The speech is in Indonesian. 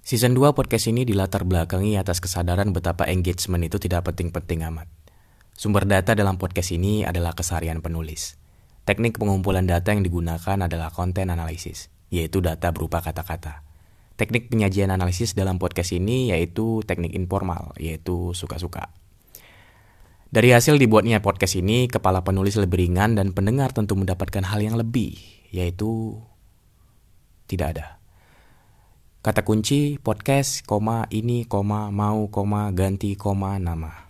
Season 2 podcast ini dilatar belakangi atas kesadaran betapa engagement itu tidak penting-penting amat. Sumber data dalam podcast ini adalah keseharian penulis. Teknik pengumpulan data yang digunakan adalah content analysis, yaitu data berupa kata-kata. Teknik penyajian analisis dalam podcast ini yaitu teknik informal, yaitu suka-suka. Dari hasil dibuatnya podcast ini, kepala penulis lebih ringan dan pendengar tentu mendapatkan hal yang lebih, yaitu tidak ada. Kata kunci podcast, ini, mau, ganti, nama.